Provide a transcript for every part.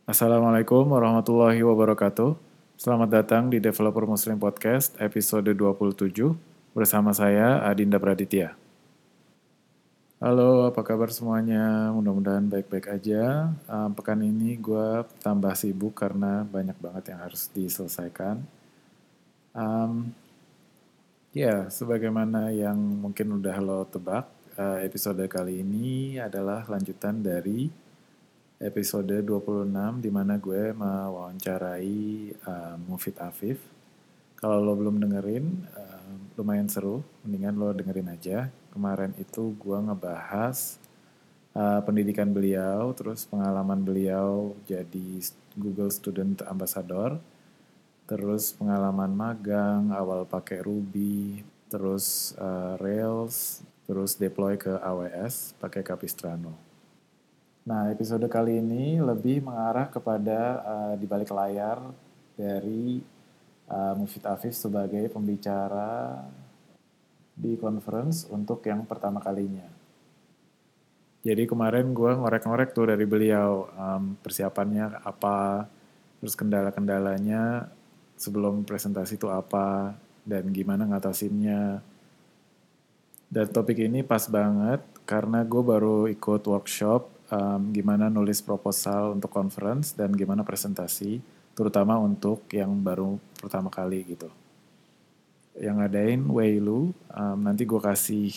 Assalamualaikum warahmatullahi wabarakatuh. Selamat datang di Developer Muslim Podcast episode 27 bersama saya Adinda Praditya. Halo, apa kabar semuanya? Mudah-mudahan baik-baik aja. Pekan ini gue tambah sibuk karena banyak banget yang harus diselesaikan. Um, Ya, sebagaimana yang mungkin udah lo tebak, episode kali ini adalah lanjutan dari episode 26 di mana gue mewawancarai Mufid Afif. Kalau lo belum dengerin, lumayan seru, mendingan lo dengerin aja. Kemarin itu gue ngebahas pendidikan beliau, terus pengalaman beliau jadi Google Student Ambassador, terus pengalaman magang, awal pakai Ruby, terus Rails, terus deploy ke AWS pakai Capistrano. Nah, episode kali ini lebih mengarah kepada di balik layar dari Mufid Afif sebagai pembicara di conference untuk yang pertama kalinya. Jadi kemarin gue ngorek-ngorek tuh dari beliau persiapannya apa, terus kendala-kendalanya sebelum presentasi itu apa, dan gimana ngatasinnya. Dan topik ini pas banget karena gue baru ikut workshop gimana nulis proposal untuk conference dan gimana presentasi, terutama untuk yang baru pertama kali gitu. Yang ngadain Wei Lu, nanti gue kasih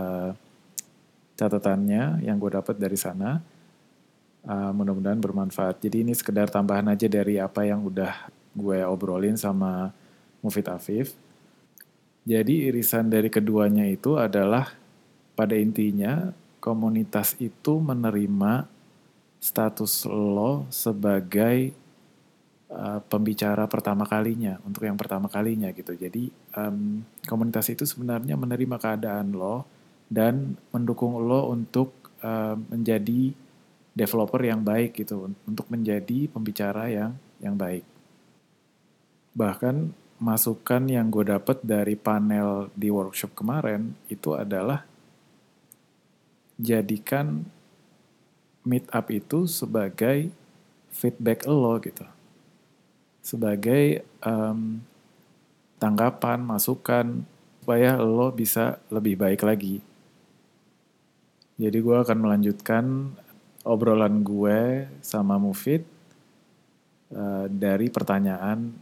catatannya yang gue dapat dari sana. Mudah-mudahan bermanfaat. Jadi ini sekedar tambahan aja dari apa yang udah gue obrolin sama Mufid Afif. Jadi irisan dari keduanya itu adalah pada intinya komunitas itu menerima status lo sebagai pembicara pertama kalinya untuk yang pertama kalinya gitu. Jadi komunitas itu sebenarnya menerima keadaan lo dan mendukung lo untuk menjadi developer yang baik gitu, untuk menjadi pembicara yang baik. Bahkan masukan yang gue dapet dari panel di workshop kemarin itu adalah jadikan meet up itu sebagai feedback lo gitu. Sebagai tanggapan, masukan, supaya lo bisa lebih baik lagi. Jadi gue akan melanjutkan obrolan gue sama Mufid dari pertanyaan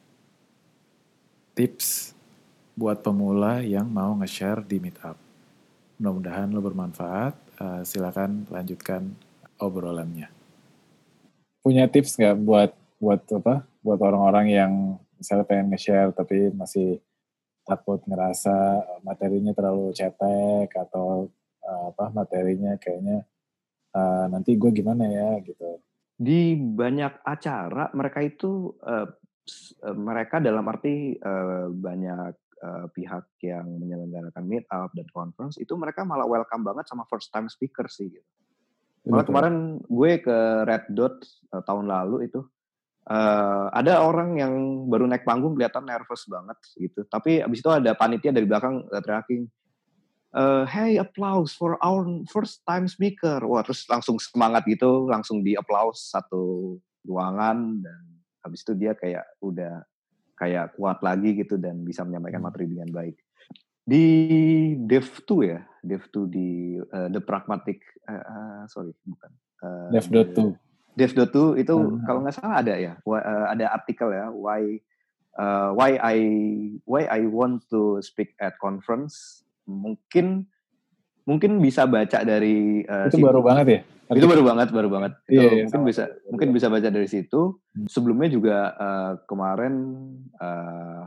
tips buat pemula yang mau nge-share di meetup. Mudah-mudahan lo bermanfaat. Silakan lanjutkan obrolannya. Punya tips nggak buat apa? Buat orang-orang yang misalnya pengen nge-share tapi masih takut ngerasa materinya terlalu cetek atau materinya kayaknya nanti gue gimana ya gitu. Di banyak acara mereka itu, mereka dalam arti, banyak, pihak yang menyelenggarakan meet up dan conference itu mereka malah welcome banget sama first time speaker sih gitu. Malah Betul. kemarin gue ke Red Dot, tahun lalu itu, ada orang yang baru naik panggung kelihatan nervous banget gitu, tapi abis itu ada panitia dari belakang, teriakin, "Hey applause for our first time speaker." Wah terus langsung semangat gitu, langsung di-applause satu ruangan dan habis itu dia kayak udah kayak kuat lagi gitu dan bisa menyampaikan materi dengan baik. Di Dev2 ya, Dev2 di, The Pragmatic, sorry bukan, Dev.to. Dev2 itu kalau nggak salah ada ya, ada artikel ya, why I want to speak at conference. Mungkin bisa baca dari Itu baru situ. banget ya? Itu baru banget. Iya, Itu iya, sama. mungkin bisa baca dari situ. Sebelumnya juga kemarin uh,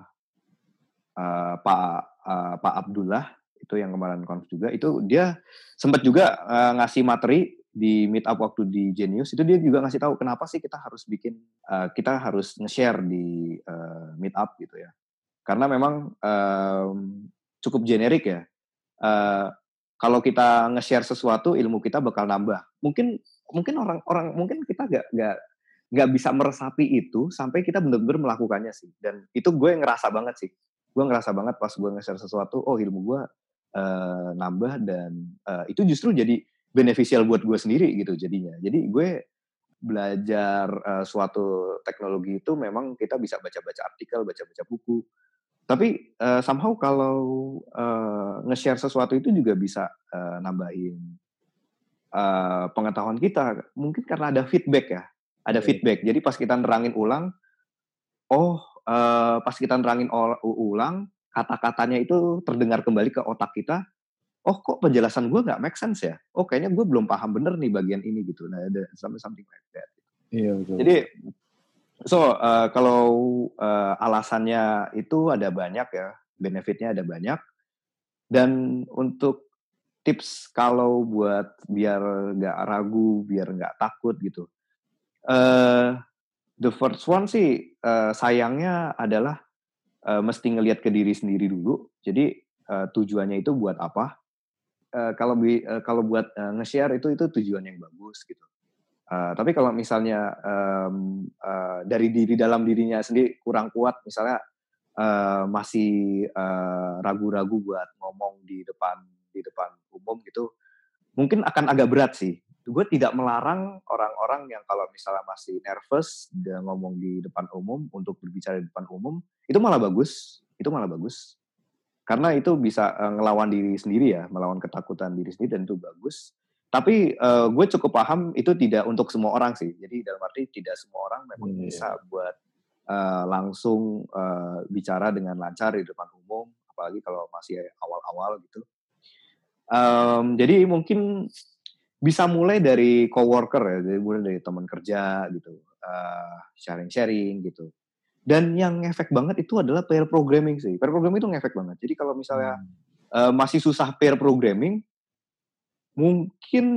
Pak Abdullah itu yang kemarin konf juga itu dia sempat juga ngasih materi di meet up waktu di Genius itu dia juga ngasih tahu kenapa sih kita harus bikin kita harus nge-share di meet up gitu ya. Karena memang cukup generik ya. Uh, Kalau kita nge-share sesuatu, ilmu kita bakal nambah. Mungkin orang mungkin kita nggak bisa meresapi itu sampai kita benar-benar melakukannya sih. Dan itu gue ngerasa banget sih. Gue ngerasa banget pas gue nge-share sesuatu, oh ilmu gue nambah dan itu justru jadi beneficial buat gue sendiri gitu jadinya. Jadi gue belajar suatu teknologi itu memang kita bisa baca-baca artikel, baca-baca buku. Tapi somehow kalau nge-share sesuatu itu juga bisa nambahin pengetahuan kita. Mungkin karena ada feedback ya, ada Iya. feedback. Jadi pas kita nerangin ulang, pas kita nerangin ulang, kata-katanya itu terdengar kembali ke otak kita. Oh, kok penjelasan gue nggak make sense ya? Oh, kayaknya gue belum paham bener nih bagian ini gitu. Nah, ada something like that. Iya betul. Jadi, kalau alasannya itu ada banyak ya, benefitnya ada banyak. Dan untuk tips kalau buat biar nggak ragu, biar nggak takut gitu. The first one sih sayangnya adalah mesti ngelihat ke diri sendiri dulu. Jadi tujuannya itu buat apa? Kalau buat nge-share itu tujuan yang bagus gitu. Tapi kalau misalnya dari dalam dirinya sendiri kurang kuat, misalnya masih ragu-ragu buat ngomong di depan umum gitu, mungkin akan agak berat sih. Gue tidak melarang orang-orang yang kalau misalnya masih nervous dia ngomong di depan umum untuk berbicara di depan umum, itu malah bagus. Itu malah bagus. Karena itu bisa ngelawan diri sendiri ya, melawan ketakutan diri sendiri dan itu bagus. Tapi gue cukup paham itu tidak untuk semua orang sih. Jadi dalam arti tidak semua orang memang bisa buat langsung bicara dengan lancar di depan umum, apalagi kalau masih awal-awal gitu. Jadi mungkin bisa mulai dari coworker ya, jadi mulai dari teman kerja gitu, sharing-sharing gitu. Dan yang ngefek banget itu adalah pair programming sih. Pair programming itu ngefek banget. Jadi kalau misalnya masih susah pair programming, mungkin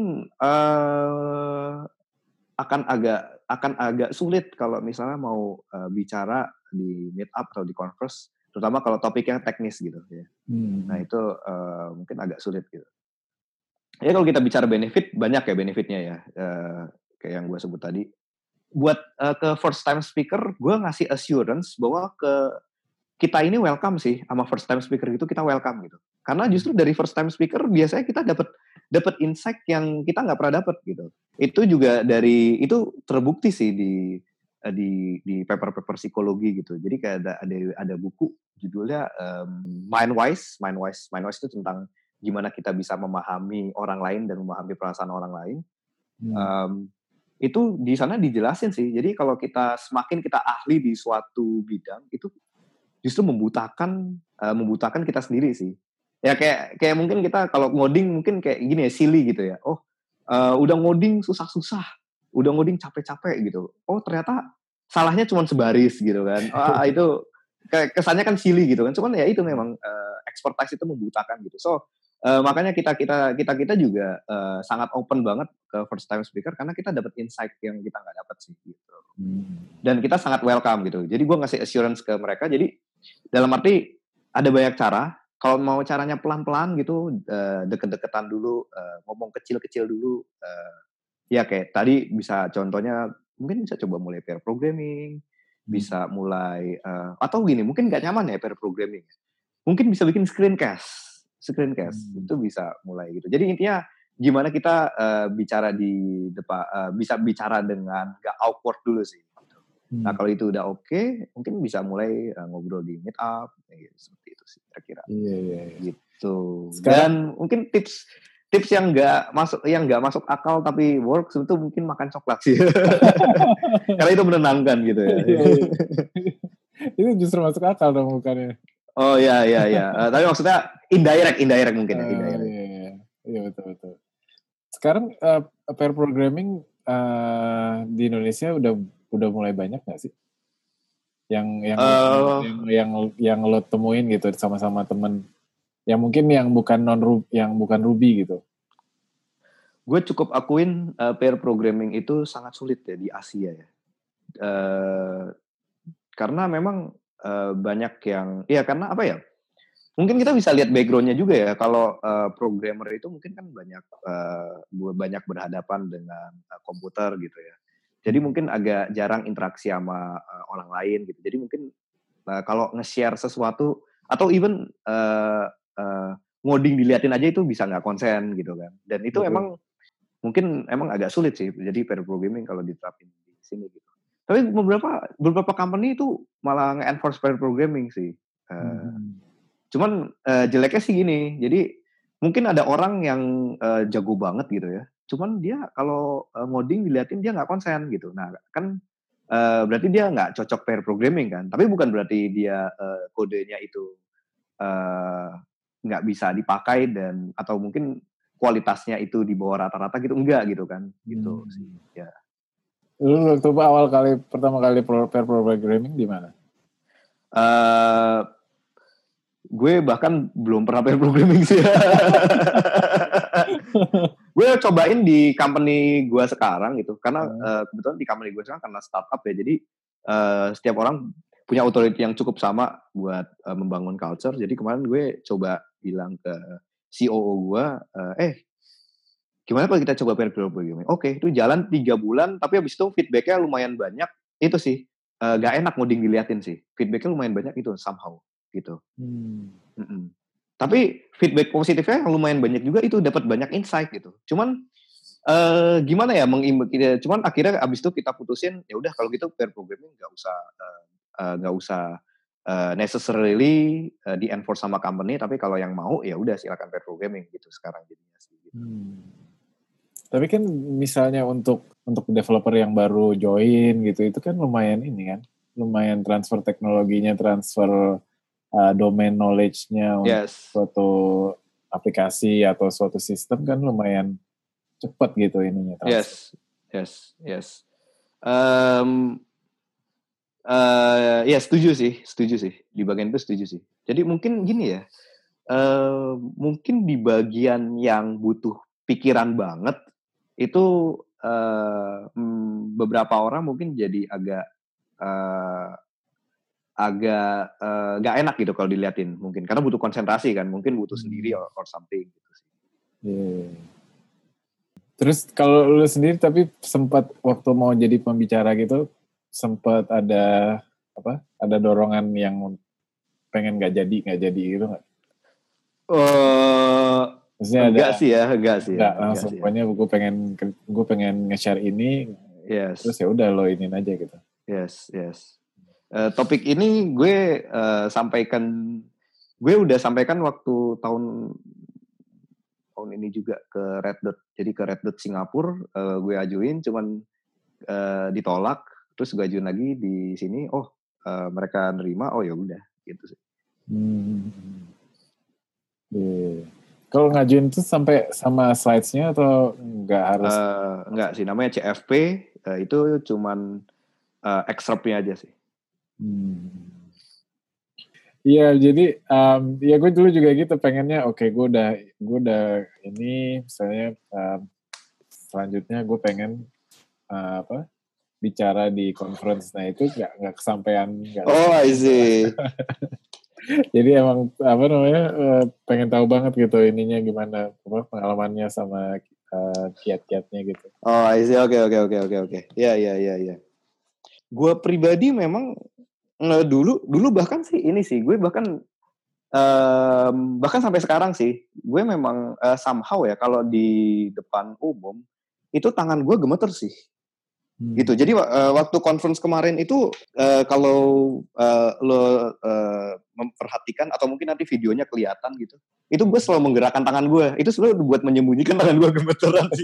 akan agak sulit kalau misalnya mau bicara di meet up atau di conference, terutama kalau topiknya teknis gitu ya. Nah itu mungkin agak sulit gitu. Ya kalau kita bicara benefit, banyak ya benefitnya ya, kayak yang gue sebut tadi. Buat ke first time speaker, gue ngasih assurance bahwa kita ini welcome sih sama first time speaker gitu, kita welcome gitu. Karena justru dari first time speaker biasanya kita dapat insight yang kita nggak pernah dapat gitu. Itu juga itu terbukti sih di paper-paper psikologi gitu. Jadi kayak ada buku judulnya Mindwise itu tentang gimana kita bisa memahami orang lain dan memahami perasaan orang lain. Itu di sana dijelasin sih. Jadi kalau semakin kita ahli di suatu bidang itu justru membutakan kita sendiri sih. Ya kayak mungkin kita kalau ngoding mungkin kayak gini ya, silly gitu ya. Udah ngoding susah-susah, udah ngoding capek-capek gitu. Oh ternyata salahnya cuma sebaris gitu kan. Itu kayak kesannya kan silly gitu kan. Cuman ya itu memang expertise itu membutakan gitu. So makanya kita juga sangat open banget ke first time speaker karena kita dapat insight yang kita nggak dapat sih gitu. Dan kita sangat welcome gitu. Jadi gue ngasih assurance ke mereka. Jadi dalam arti ada banyak cara. Kalau mau caranya pelan-pelan gitu, deket-deketan dulu, ngomong kecil-kecil dulu. Ya kayak tadi bisa contohnya mungkin bisa coba mulai pair programming, bisa mulai atau gini mungkin nggak nyaman ya pair programming. Mungkin bisa bikin screencast itu bisa mulai gitu. Jadi intinya gimana kita bicara di depan, bisa bicara dengan gak awkward dulu sih. Nah kalau itu udah oke, mungkin bisa mulai ngobrol di meet up, seperti itu sih kira-kira. Iya. Gitu. Sekarang, Dan mungkin tips yang nggak masuk akal tapi works itu mungkin makan coklat sih. Karena itu menenangkan gitu ya. Iya. Itu justru masuk akal dong bukannya. Oh iya. Tapi maksudnya indirect mungkin ya, indirect. Iya betul. Sekarang pair programming di Indonesia udah mulai banyak nggak sih? Yang lo temuin gitu sama-sama temen. Yang mungkin yang bukan Ruby gitu. Gue cukup akuin pair programming itu sangat sulit ya di Asia ya. Karena memang banyak yang, ya karena apa ya? Mungkin kita bisa lihat background-nya juga ya. Kalau programmer itu mungkin kan banyak berhadapan dengan komputer gitu ya. Jadi mungkin agak jarang interaksi sama orang lain gitu. Jadi mungkin kalau nge-share sesuatu atau even ngoding diliatin aja itu bisa nggak konsen gitu kan. Dan itu Betul. memang mungkin emang agak sulit sih jadi pair programming kalau diterapin di sini gitu. Tapi beberapa company itu malah nge-enforce pair programming sih. Cuman jeleknya sih gini, jadi mungkin ada orang yang jago banget gitu ya. Cuman dia kalau ngoding diliatin dia nggak konsen gitu. Nah kan berarti dia nggak cocok pair programming kan. Tapi bukan berarti dia kodenya itu nggak bisa dipakai dan atau mungkin kualitasnya itu di bawah rata-rata gitu, enggak gitu kan, gitu sih. Ya. Lu waktu pertama kali pair programming di mana? Gue bahkan belum pernah pair programming sih. Gue cobain di company gue sekarang gitu, karena kebetulan di company gue sekarang karena startup ya, jadi setiap orang punya authority yang cukup sama buat membangun culture. Jadi kemarin gue coba bilang ke COO gue, gimana kalau kita coba pair programming? Oke, itu jalan 3 bulan, tapi habis itu feedbacknya lumayan banyak. Itu sih, gak enak ngoding diliatin sih. Feedbacknya lumayan banyak itu somehow gitu. Tapi feedback positifnya yang lumayan banyak juga, itu dapat banyak insight gitu. Cuman gimana ya cuman akhirnya abis itu kita putusin ya udah kalau gitu pair programming nggak usah necessarily di enforce sama company, tapi kalau yang mau ya udah silakan pair programming gitu sekarang jadinya sih gitu. Tapi kan misalnya untuk developer yang baru join gitu, itu kan lumayan ini kan, lumayan transfer teknologinya, transfer domain knowledge-nya untuk suatu aplikasi atau suatu sistem kan lumayan cepat gitu ininya. Yes. Ya setuju sih. Di bagian itu setuju sih. Jadi mungkin gini ya, mungkin di bagian yang butuh pikiran banget, itu beberapa orang mungkin jadi agak gak enak gitu kalau diliatin mungkin, karena butuh konsentrasi kan, mungkin butuh sendiri or something gitu sih. Terus kalau lu sendiri tapi sempat waktu mau jadi pembicara gitu, sempat ada dorongan yang pengen nggak jadi gitu nggak? Enggak sih ya. Langsung pokoknya gue pengen nge-share ini, terus ya udah lo inin aja gitu. Yes. Topik ini gue udah sampaikan waktu tahun ini juga ke Red Dot. Jadi ke Red Dot Singapura gue ajuin, cuman ditolak, terus gue ajuin lagi di sini, mereka nerima, ya udah gitu sih. Kalau ngajuin itu sampai sama slides-nya atau nggak harus? Nggak sih, namanya CFP, itu cuman excerpt-nya aja sih. Iya, jadi ya gue dulu juga gitu pengennya, gue udah ini misalnya selanjutnya gue pengen bicara di conference, nah itu nggak kesampaian. I see. Jadi emang pengen tahu banget gitu ininya gimana, pengalamannya sama kiat-kiatnya gitu. I see. Oke. Iya. Gue pribadi memang dulu bahkan sih ini sih, gue bahkan sampai sekarang sih, gue memang somehow ya kalau di depan umum itu tangan gue gemeter sih. Gitu. Jadi waktu conference kemarin itu kalau lo memperhatikan atau mungkin nanti videonya kelihatan gitu, itu gue selalu menggerakkan tangan gue. Itu selalu buat menyembunyikan tangan gue gemeteran sih.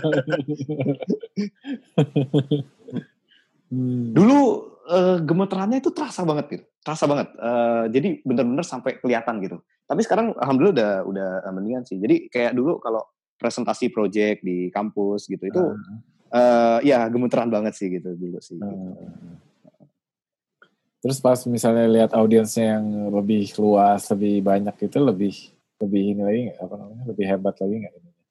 Dulu gemeterannya itu terasa banget gitu. Jadi benar-benar sampai kelihatan gitu. Tapi sekarang alhamdulillah udah mendingan sih. Jadi kayak dulu kalau presentasi project di kampus gitu itu ya gemeteran banget sih gitu dulu sih. Gitu. Terus pas misalnya lihat audiensnya yang lebih luas, lebih banyak itu lebih ini lagi nggak, lebih hebat lagi nggak?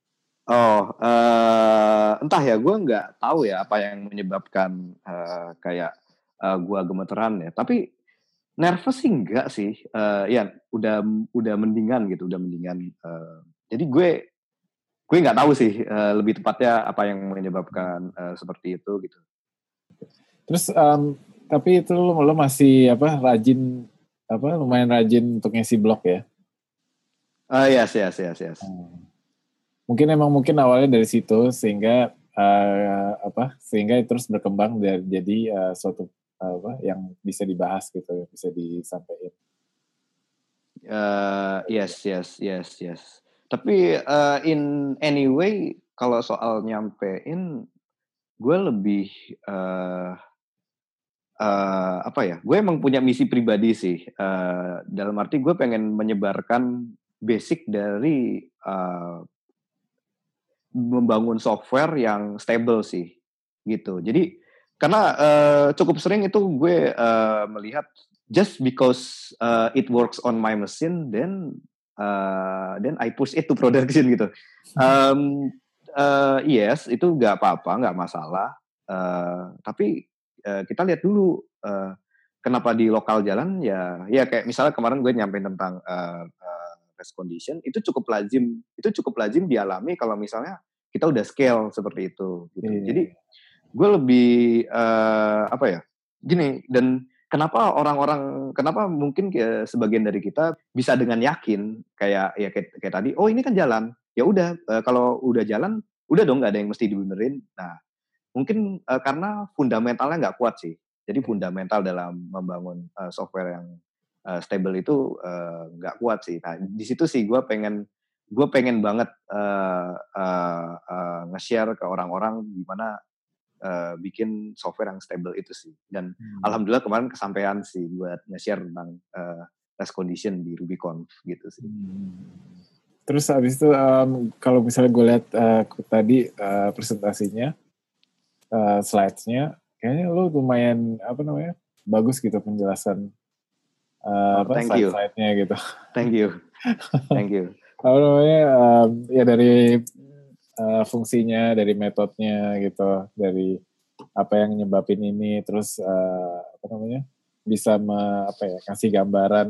Entah ya, gue nggak tahu ya apa yang menyebabkan kayak gue gemeteran ya. Tapi nervous sih enggak sih. Ya udah mendingan gitu, jadi gue nggak tahu sih lebih tepatnya apa yang menyebabkan seperti itu gitu. Terus tapi itu lo masih rajin lumayan rajin untuk ngisi blog ya? Yes. mungkin awalnya dari situ sehingga sehingga terus berkembang jadi suatu yang bisa dibahas gitu, bisa disampaikan. Yes. Tapi in anyway, kalau soal nyampein, gue lebih apa ya? Gue emang punya misi pribadi sih. Dalam arti gue pengen menyebarkan basic dari membangun software yang stable sih, gitu. Jadi karena cukup sering itu gue melihat just because it works on my machine, then I push it to production gitu. Yes, itu nggak apa-apa, nggak masalah. Tapi kita lihat dulu kenapa di lokal jalan ya kayak misalnya kemarin gue nyampein tentang race condition itu cukup lazim dialami kalau misalnya kita udah scale seperti itu gitu. Jadi gue lebih apa ya gini, dan kenapa mungkin sebagian dari kita bisa dengan yakin kayak tadi, oh ini kan jalan, ya udah kalau udah jalan udah dong, nggak ada yang mesti dibenerin. Nah mungkin karena fundamentalnya nggak kuat sih. Jadi fundamental dalam membangun software yang stable itu nggak kuat sih. Nah di situ sih gue pengen banget nge-share ke orang-orang gimana bikin software yang stable itu sih. Dan alhamdulillah kemarin kesampaian sih buat nge-share tentang race condition di RubyConf gitu sih. Terus habis itu kalau misalnya gue lihat tadi presentasinya, slides-nya, kayaknya lo lumayan bagus gitu penjelasan slide-nya gitu. Thank you. Apa namanya ya dari fungsinya, dari metodenya gitu, dari apa yang nyebabin ini, terus bisa kasih gambaran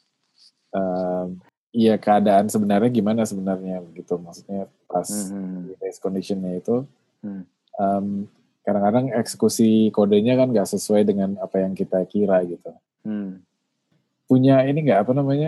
keadaan sebenarnya gimana sebenarnya gitu, maksudnya pas di race conditionnya itu kadang-kadang eksekusi kodenya kan nggak sesuai dengan apa yang kita kira gitu. Punya ini nggak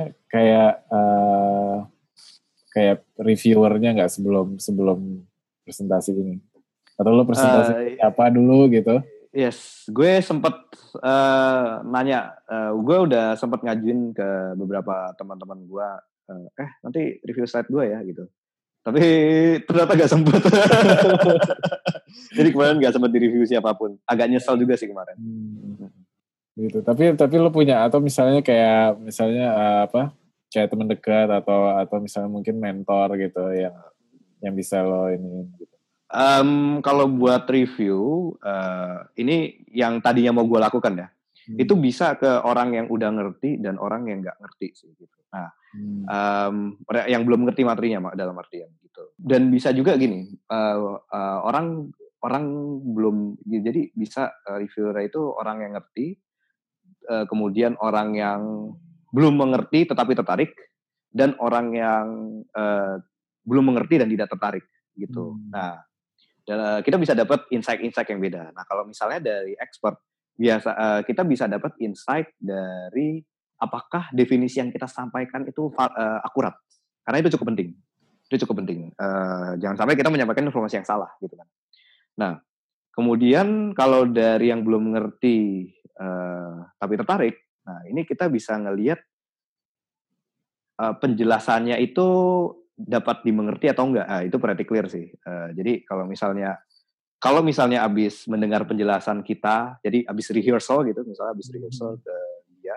kayak reviewernya nggak sebelum presentasi ini? Atau lo presentasi apa dulu gitu? Yes, gue sempet nanya, gue udah sempet ngajuin ke beberapa teman-teman gue, nanti review slide gue ya gitu. Tapi ternyata gak sempet. Jadi kemarin gak sempet di-review siapapun. Agak nyesel juga sih kemarin. Gitu. Tapi lo punya, atau misalnya kayak kayak teman dekat atau misalnya mungkin mentor gitu yang bisa lo ini gitu. Kalau buat review, ini yang tadinya mau gue lakukan ya, itu bisa ke orang yang udah ngerti dan orang yang nggak ngerti sih gitu. Nah, yang belum ngerti materinya dalam artian gitu. Dan bisa juga gini, orang belum, jadi bisa reviewer itu orang yang ngerti, kemudian orang yang belum mengerti tetapi tertarik, dan orang yang belum mengerti dan tidak tertarik gitu. Nah, dan kita bisa dapat insight-insight yang beda. Nah, kalau misalnya dari expert, kita bisa dapat insight dari apakah definisi yang kita sampaikan itu akurat. Karena itu cukup penting. Jangan sampai kita menyampaikan informasi yang salah gitu kan. Nah, kemudian kalau dari yang belum mengerti tapi tertarik, nah ini kita bisa ngelihat penjelasannya itu dapat dimengerti atau enggak. Nah, itu pretty clear sih. Jadi kalau misalnya abis mendengar penjelasan kita, jadi abis rehearsal gitu, misalnya abis rehearsal ke dia,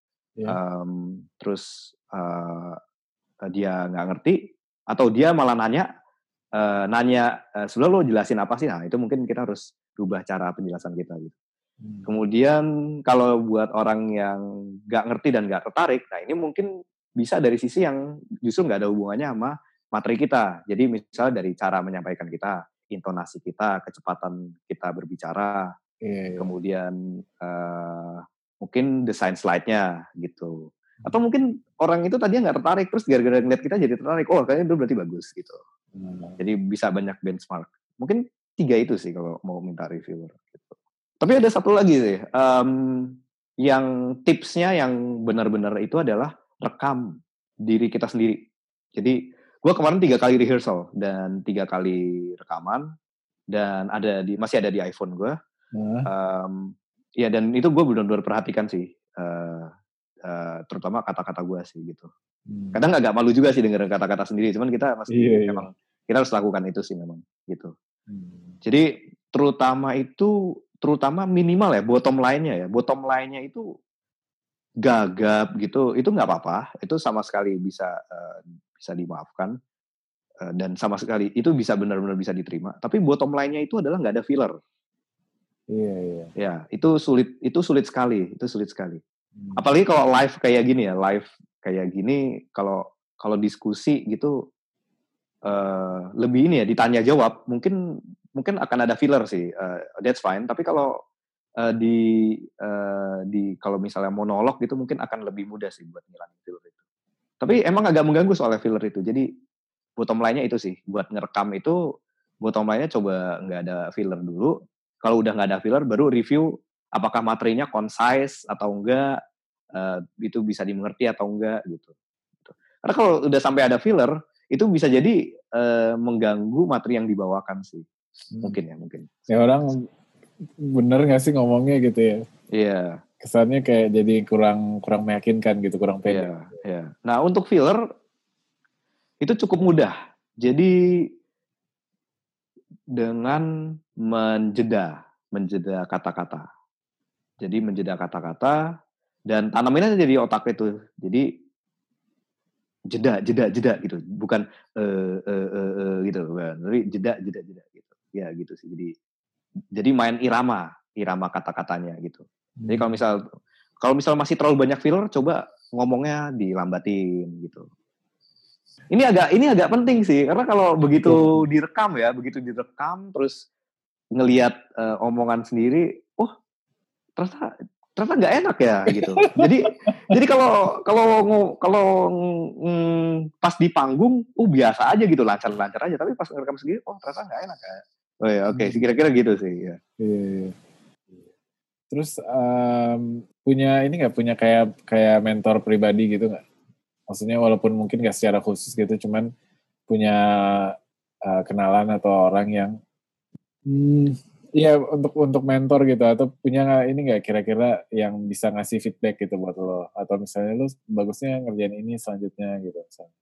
terus dia nggak ngerti, atau dia malah nanya, sebelum lo jelasin apa sih? Nah itu mungkin kita harus rubah cara penjelasan kita gitu. Kemudian kalau buat orang yang nggak ngerti dan nggak tertarik, nah ini mungkin bisa dari sisi yang justru nggak ada hubungannya sama materi kita. Jadi misalnya dari cara menyampaikan kita, intonasi kita, kecepatan kita berbicara, kemudian mungkin desain slide-nya gitu. Atau mungkin orang itu tadinya nggak tertarik, terus gara-gara ngeliat kita jadi tertarik. Oh kayaknya itu berarti bagus gitu. Jadi bisa banyak benchmark. Mungkin 3 itu sih kalau mau minta reviewer. Gitu. Tapi ada satu lagi sih, yang tipsnya yang benar-benar itu adalah rekam diri kita sendiri. Jadi Gue kemarin 3 kali rehearsal dan 3 kali rekaman dan masih ada di iPhone gue. Ya dan itu gue benar-benar perhatikan sih, terutama kata-kata gue sih gitu. Kadang agak malu juga sih dengerin kata-kata sendiri, cuman kita memang kita harus lakukan itu sih memang gitu. Jadi terutama minimal ya bottom line-nya itu gagap gitu, itu nggak apa-apa, itu sama sekali bisa dimaafkan, dan sama sekali itu bisa benar-benar bisa diterima. Tapi bottom line-nya itu adalah nggak ada filler. Iya. Ya, itu sulit sekali. Apalagi kalau live kayak gini, kalau diskusi gitu, lebih ini ya ditanya jawab, mungkin akan ada filler sih, that's fine. Tapi kalau kalau misalnya monolog gitu mungkin akan lebih mudah sih buat ngilangin filler itu. Tapi emang agak mengganggu soal filler itu. Jadi bottom line-nya itu sih, buat ngerekam itu bottom line-nya coba nggak ada filler dulu. Kalau udah nggak ada filler, baru review apakah materinya concise atau enggak, itu bisa dimengerti atau enggak gitu. Karena kalau udah sampai ada filler, itu bisa jadi mengganggu materi yang dibawakan sih. Mungkin. Ya orang bener nggak sih ngomongnya gitu ya? Iya. Kesannya kayak jadi kurang meyakinkan gitu, kurang pede. Iya. Nah untuk filler itu cukup mudah. Jadi dengan menjeda kata-kata. Jadi menjeda kata-kata dan tanamin aja di otak itu. Jadi jeda gitu. Bukan gitu. Tapi jeda gitu. Ya gitu sih. Jadi main irama kata-katanya gitu. Jadi kalau misal masih terlalu banyak filler, coba ngomongnya dilambatin gitu. Ini agak penting sih, karena kalau begitu direkam terus ngelihat omongan sendiri, ternyata nggak enak ya gitu. Jadi kalau pas di panggung, biasa aja gitu, lancar-lancar aja. Tapi pas ngerekam sendiri, ternyata nggak enak ya. Oh ya, oke. Kira-kira gitu sih. Ya. Iya. Terus punya ini nggak, punya kayak mentor pribadi gitu nggak? Maksudnya walaupun mungkin nggak secara khusus gitu, cuman punya kenalan atau orang yang iya untuk mentor gitu, atau punya ini nggak kira-kira yang bisa ngasih feedback gitu buat lo, atau misalnya lo bagusnya ngerjain ini selanjutnya gitu misalnya.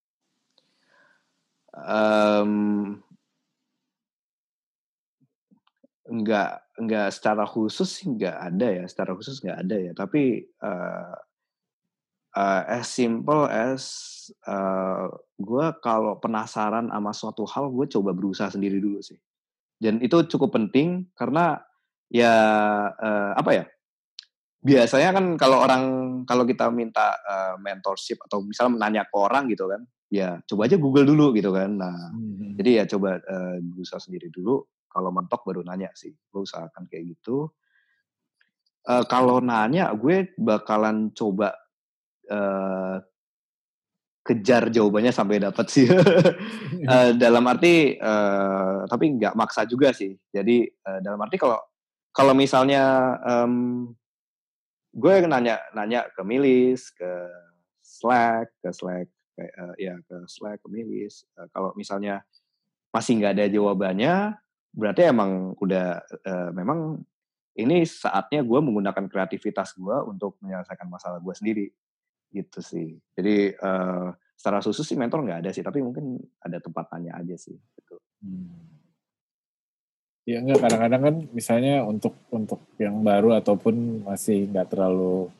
Enggak secara khusus sih nggak ada ya. Tapi as simple as gue kalau penasaran sama suatu hal, gue coba berusaha sendiri dulu sih. Dan itu cukup penting karena ya apa ya? Biasanya kan kalau kita minta mentorship atau misalnya menanya ke orang gitu kan, ya coba aja Google dulu gitu kan. Nah, jadi ya coba berusaha sendiri dulu. Kalau mentok baru nanya sih. Gue usahakan kayak gitu. Kalau nanya, gue bakalan coba kejar jawabannya sampai dapat sih. Dalam arti, tapi nggak maksa juga sih. Jadi dalam arti kalau misalnya gue nanya ke Milis, ke Slack, ke Slack, ke Milis. Kalau misalnya masih nggak ada jawabannya, berarti emang udah memang ini saatnya gue menggunakan kreativitas gue untuk menyelesaikan masalah gue sendiri, gitu sih. Jadi secara khusus sih mentor nggak ada sih, tapi mungkin ada tempat tanya aja sih. Gitu. Ya enggak, kadang-kadang kan misalnya untuk yang baru ataupun masih nggak terlalu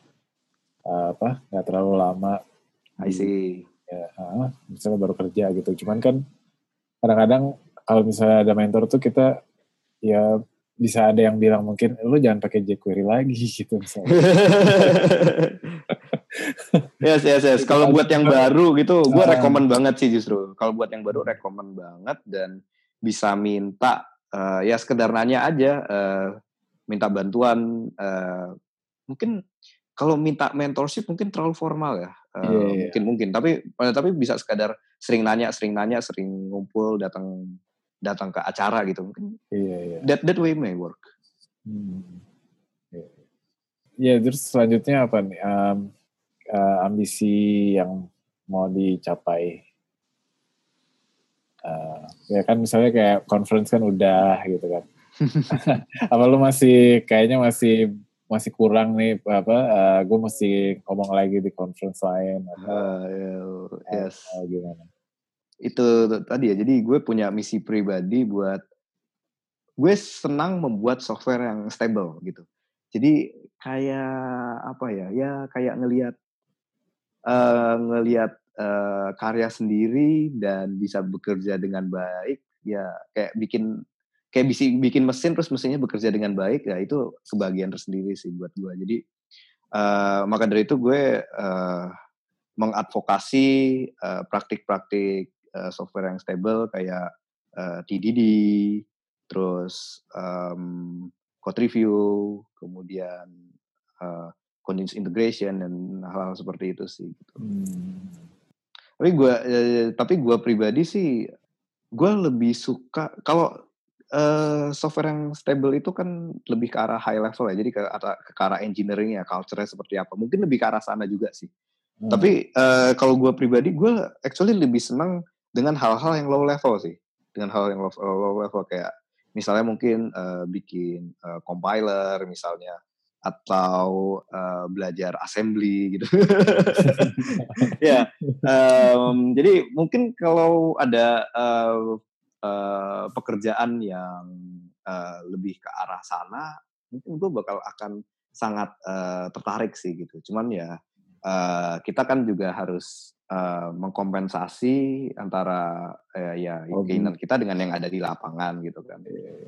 lama. I see. Ya, misalnya baru kerja gitu. Cuman kan kadang-kadang kalau misalnya ada mentor tuh kita ya bisa ada yang bilang mungkin lu jangan pakai jQuery lagi gitu misalnya. Yes. Kalau buat yang baru gitu, gue rekomen banget sih justru. Kalau buat yang baru rekomen banget dan bisa minta ya sekedar nanya aja, minta bantuan. Mungkin kalau minta mentorship mungkin terlalu formal ya. Mungkin. Tapi bisa sekadar sering nanya, sering ngumpul, datang ke acara gitu. Mungkin that way may work. Ya, terus selanjutnya apa nih? Ambisi yang mau dicapai? Ya kan misalnya kayak conference kan udah gitu kan. Apa lu kayaknya masih kurang nih apa gue mesti ngomong lagi di conference lain atau Yes. gimana? Itu tadi ya, jadi gue punya misi pribadi buat, gue senang membuat software yang stable gitu. Jadi kayak apa ya, ya kayak ngelihat karya sendiri dan bisa bekerja dengan baik, ya kayak bikin mesin terus mesinnya bekerja dengan baik, ya itu kebahagiaan tersendiri sih buat gue. Jadi maka dari itu gue mengadvokasi praktik-praktik software yang stable kayak TDD, terus code review, kemudian uh, continuous integration dan hal-hal seperti itu sih. Gitu. Tapi gue pribadi sih, gue lebih suka kalau software yang stable itu kan lebih ke arah high level ya, jadi ke arah engineering ya, culture-nya seperti apa. Mungkin lebih ke arah sana juga sih. Tapi kalau gue pribadi, gue actually lebih senang dengan hal-hal yang low level sih. Dengan hal yang low level kayak misalnya mungkin bikin compiler misalnya, atau belajar assembly gitu. Ya, jadi mungkin kalau ada pekerjaan yang lebih ke arah sana, mungkin gue akan sangat tertarik sih gitu. Cuman ya kita kan juga harus mengkompensasi antara ya keinginan kita dengan yang ada di lapangan gitu kan.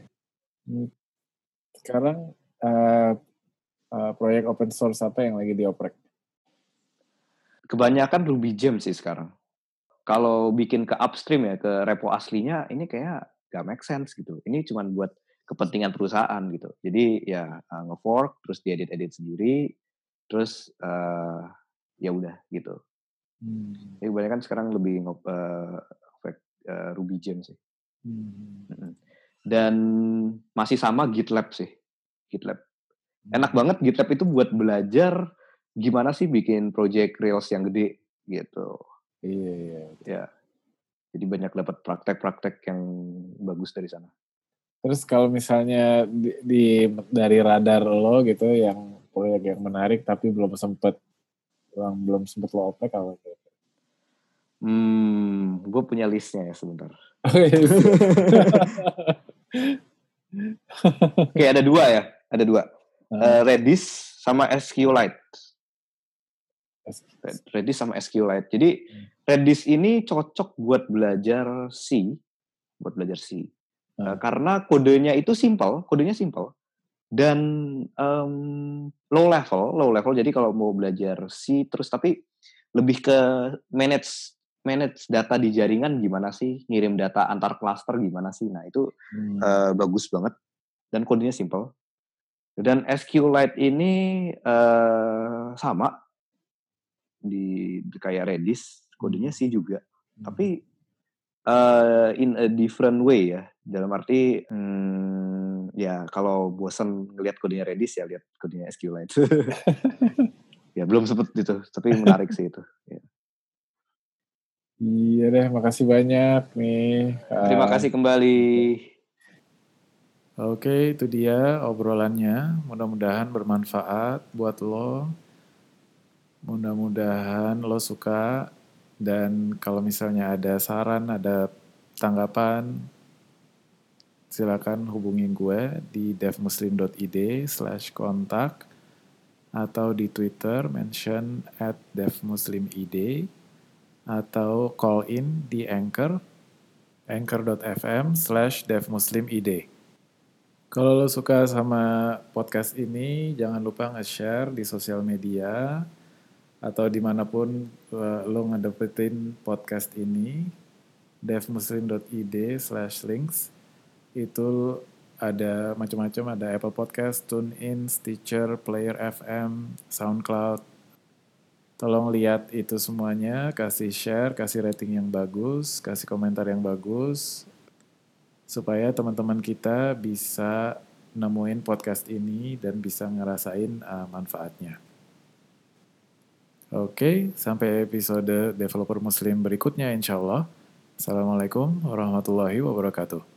Sekarang proyek open source apa yang lagi dioprek? Kebanyakan Ruby Gems sih sekarang. Kalau bikin ke upstream ya, ke repo aslinya, ini kayak gak make sense gitu. Ini cuma buat kepentingan perusahaan gitu. Jadi ya nge-fork, terus diedit-edit sendiri, terus ya udah gitu. Jadi kebanyakan sekarang lebih Ruby Gems sih. Dan masih sama GitLab sih. GitLab. Enak banget GitLab itu buat belajar gimana sih bikin project Rails yang gede gitu. Iya. Ya. Jadi banyak dapat praktek-praktek yang bagus dari sana. Terus kalau misalnya dari radar lo gitu yang proyek yang menarik tapi belum sempet lo oprek apa gitu? Gue punya listnya ya sebentar. Oke, ada dua. Redis sama SQLite. Redis sama SQLite. Jadi Redis ini cocok buat belajar C. Karena kodenya simple dan low level. Jadi kalau mau belajar C terus tapi lebih ke manage data di jaringan gimana sih, ngirim data antar cluster gimana sih. Nah, itu bagus banget dan kodenya simple. Dan SQLite ini sama di kayak Redis, kodenya C juga. Tapi in a different way ya. Dalam arti ya kalau bosan ngelihat kodenya Redis ya lihat kodenya SQLite. Ya belum sempet gitu, tapi menarik sih itu. Ya. Iya deh, makasih banyak nih. Terima kasih kembali. Oke, itu dia obrolannya. Mudah-mudahan bermanfaat buat lo. Mudah-mudahan lo suka. Dan kalau misalnya ada saran, ada tanggapan, silakan hubungi gue di devmuslim.id/kontak atau di Twitter mention @devmuslimid atau call in di anchor.fm/devmuslimid. Kalau lo suka sama podcast ini, jangan lupa nge-share di sosial media atau dimanapun lo ngedapetin podcast ini, devmuslim.id/links. Itu ada macam-macam, ada Apple Podcast, TuneIn, Stitcher, Player FM, SoundCloud. Tolong lihat itu semuanya, kasih share, kasih rating yang bagus, kasih komentar yang bagus, supaya teman-teman kita bisa nemuin podcast ini dan bisa ngerasain manfaatnya. Oke, sampai episode Developer Muslim berikutnya insya Allah. Assalamualaikum warahmatullahi wabarakatuh.